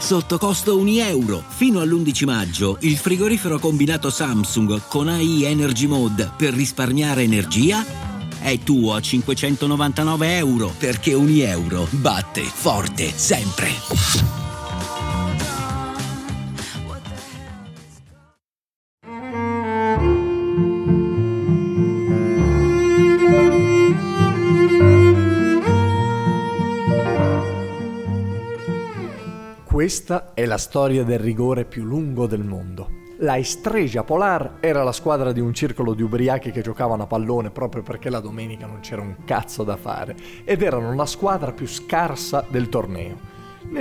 sotto costo €1. Fino all'11 maggio il frigorifero combinato Samsung con AI Energy Mode per risparmiare energia è tuo a €599, perché €1 batte forte sempre. Questa è la storia del rigore più lungo del mondo. La Estrella Polar era la squadra di un circolo di ubriachi che giocavano a pallone proprio perché la domenica non c'era un cazzo da fare, ed erano la squadra più scarsa del torneo. Nel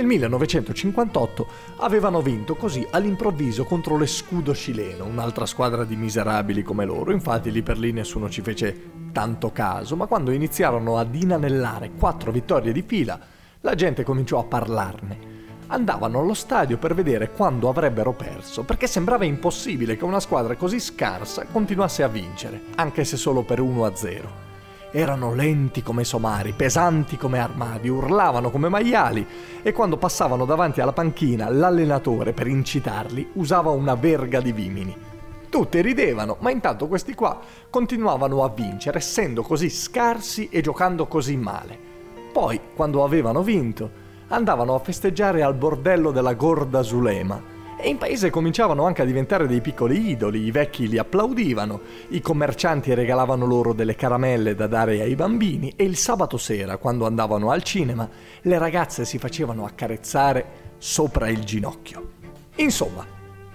1958 avevano vinto così all'improvviso contro l'Escudo cileno, un'altra squadra di miserabili come loro. Infatti lì per lì nessuno ci fece tanto caso, ma quando iniziarono ad inanellare 4 vittorie di fila, la gente cominciò a parlarne. Andavano allo stadio per vedere quando avrebbero perso, perché sembrava impossibile che una squadra così scarsa continuasse a vincere, anche se solo per 1-0. Erano lenti come somari, pesanti come armadi, urlavano come maiali, e quando passavano davanti alla panchina l'allenatore, per incitarli, usava una verga di vimini. Tutti ridevano, ma intanto questi qua continuavano a vincere, essendo così scarsi e giocando così male. Poi, quando avevano vinto, andavano a festeggiare al bordello della Gorda Zulema, e in paese cominciavano anche a diventare dei piccoli idoli. I vecchi li applaudivano, i commercianti regalavano loro delle caramelle da dare ai bambini, e il sabato sera, quando andavano al cinema, le ragazze si facevano accarezzare sopra il ginocchio. Insomma,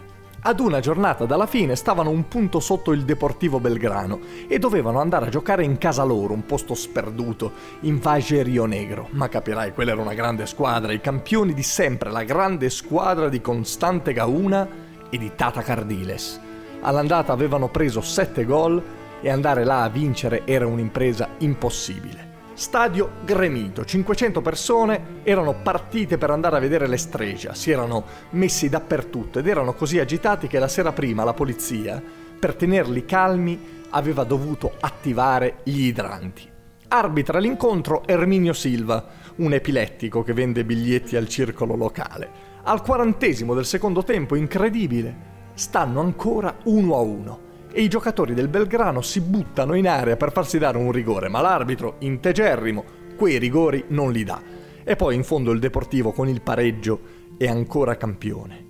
ad una giornata dalla fine stavano un punto sotto il Deportivo Belgrano e dovevano andare a giocare in casa loro, un posto sperduto, in Valle Rio Negro. Ma capirai, quella era una grande squadra, i campioni di sempre, la grande squadra di Constante Gauna e di Tata Cardiles. All'andata avevano preso 7 gol e andare là a vincere era un'impresa impossibile. Stadio gremito, 500 persone erano partite per andare a vedere l'Estrella, si erano messi dappertutto ed erano così agitati che la sera prima la polizia, per tenerli calmi, aveva dovuto attivare gli idranti. Arbitra l'incontro Erminio Silva, un epilettico che vende biglietti al circolo locale. Al 40° del secondo tempo, incredibile, stanno ancora 1-1. E i giocatori del Belgrano si buttano in area per farsi dare un rigore, ma l'arbitro, integerrimo, quei rigori non li dà. E poi in fondo il Deportivo con il pareggio è ancora campione.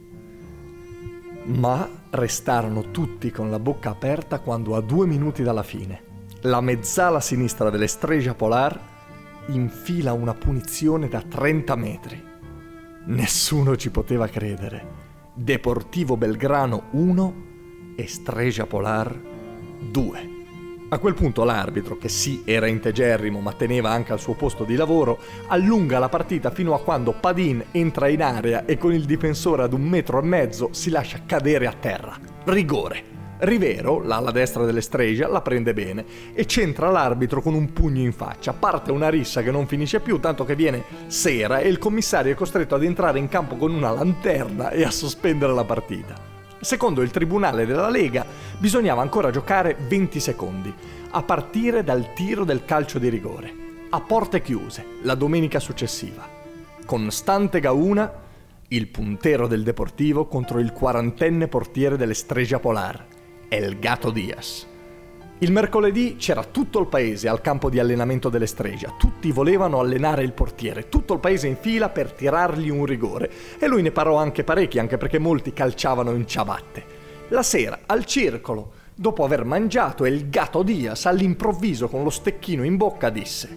Ma restarono tutti con la bocca aperta quando a 2 minuti dalla fine la mezzala sinistra dell'Estrella Polar infila una punizione da 30 metri. Nessuno ci poteva credere. Deportivo Belgrano 1, Estrella Polar 2. A quel punto l'arbitro, che sì era integerrimo ma teneva anche al suo posto di lavoro, allunga la partita fino a quando Padin entra in area e con il difensore ad 1,5 metri si lascia cadere a terra. Rigore. Rivero, l'ala destra dell'Estrella, la prende bene e centra l'arbitro con un pugno in faccia. Parte una rissa che non finisce più, tanto che viene sera e il commissario è costretto ad entrare in campo con una lanterna e a sospendere la partita. Secondo il tribunale della Lega bisognava ancora giocare 20 secondi, a partire dal tiro del calcio di rigore, a porte chiuse, la domenica successiva. Constante Gauna, il puntero del Deportivo, contro il 40enne portiere dell'Estrella Polar, El Gato Diaz. Il mercoledì c'era tutto il paese al campo di allenamento dell'Estrella. Tutti volevano allenare il portiere, tutto il paese in fila per tirargli un rigore. E lui ne parò anche parecchi, anche perché molti calciavano in ciabatte. La sera, al circolo, dopo aver mangiato, El Gato Diaz all'improvviso con lo stecchino in bocca disse: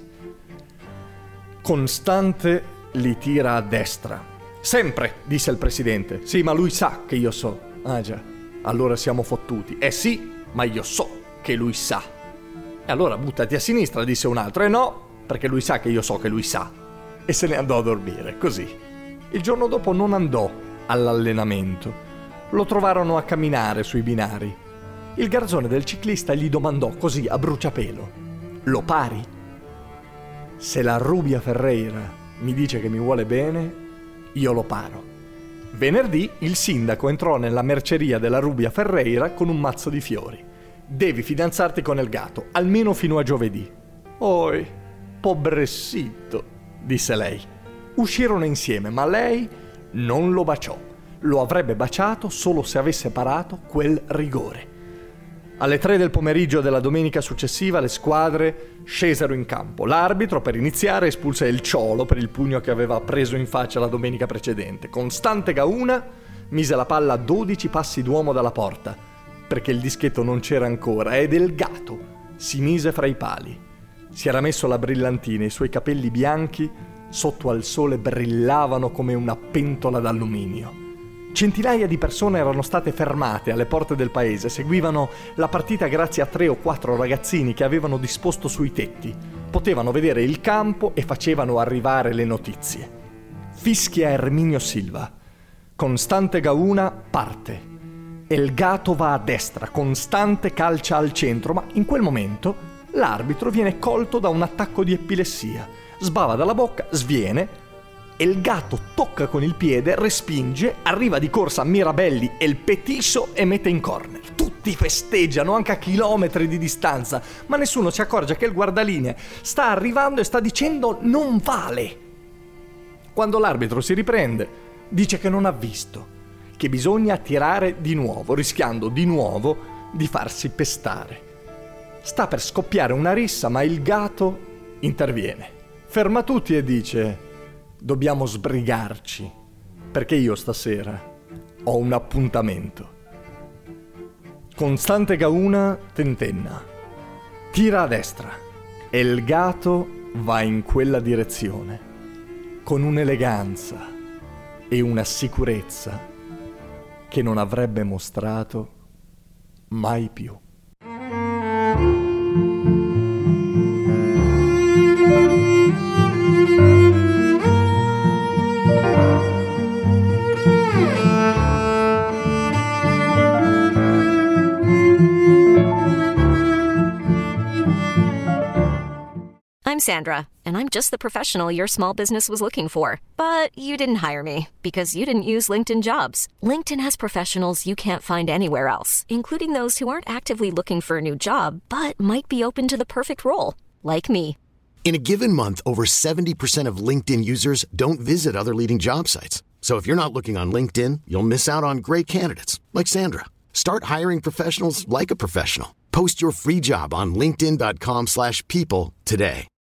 Constante li tira a destra. Sempre, disse il presidente. Sì, ma lui sa che io so. Ah già, allora siamo fottuti. Sì, ma io so che lui sa. E allora buttati a sinistra, disse un altro. No, perché lui sa che io so che lui sa. E se ne andò a dormire, così. Il giorno dopo non andò all'allenamento. Lo trovarono a camminare sui binari. Il garzone del ciclista gli domandò così a bruciapelo: lo pari? Se la Rubia Ferreira mi dice che mi vuole bene, io lo paro. Venerdì il sindaco entrò nella merceria della Rubia Ferreira con un mazzo di fiori. Devi fidanzarti con El Gato, almeno fino a giovedì. Oi, pobrecito, disse lei. Uscirono insieme, ma lei non lo baciò. Lo avrebbe baciato solo se avesse parato quel rigore. Alle 3 del pomeriggio della domenica successiva le squadre scesero in campo. L'arbitro, per iniziare, espulse il Ciolo per il pugno che aveva preso in faccia la domenica precedente. Constante Gauna mise la palla a 12 passi d'uomo dalla porta, perché il dischetto non c'era ancora, ed il Gatto si mise fra i pali. Si era messo la brillantina, i suoi capelli bianchi sotto al sole brillavano come una pentola d'alluminio. Centinaia di persone erano state fermate alle porte del paese, seguivano la partita grazie a 3 o 4 ragazzini che avevano disposto sui tetti. Potevano vedere il campo e facevano arrivare le notizie. Fischia Erminio Silva. Constante Gauna parte. El Gato va a destra, Constante calcia al centro, ma in quel momento l'arbitro viene colto da un attacco di epilessia. Sbava dalla bocca, sviene. El Gato tocca con il piede, respinge, arriva di corsa Mirabelli e il Petiso e mette in corner. Tutti festeggiano anche a chilometri di distanza, ma nessuno si accorge che il guardalinee sta arrivando e sta dicendo non vale. Quando l'arbitro si riprende, dice che non ha visto, che bisogna tirare di nuovo, rischiando di nuovo di farsi pestare. Sta per scoppiare una rissa, ma il Gato interviene. Ferma tutti e dice: dobbiamo sbrigarci, perché io stasera ho un appuntamento. Constante Gauna tentenna, tira a destra e il Gato va in quella direzione, con un'eleganza e una sicurezza che non avrebbe mostrato mai più. I'm Sandra, and I'm just the professional your small business was looking for. But you didn't hire me because you didn't use LinkedIn Jobs. LinkedIn has professionals you can't find anywhere else, including those who aren't actively looking for a new job, but might be open to the perfect role, like me. In a given month, over 70% of LinkedIn users don't visit other leading job sites. So if you're not looking on LinkedIn, you'll miss out on great candidates like Sandra. Start hiring professionals like a professional. Post your free job on linkedin.com/people today.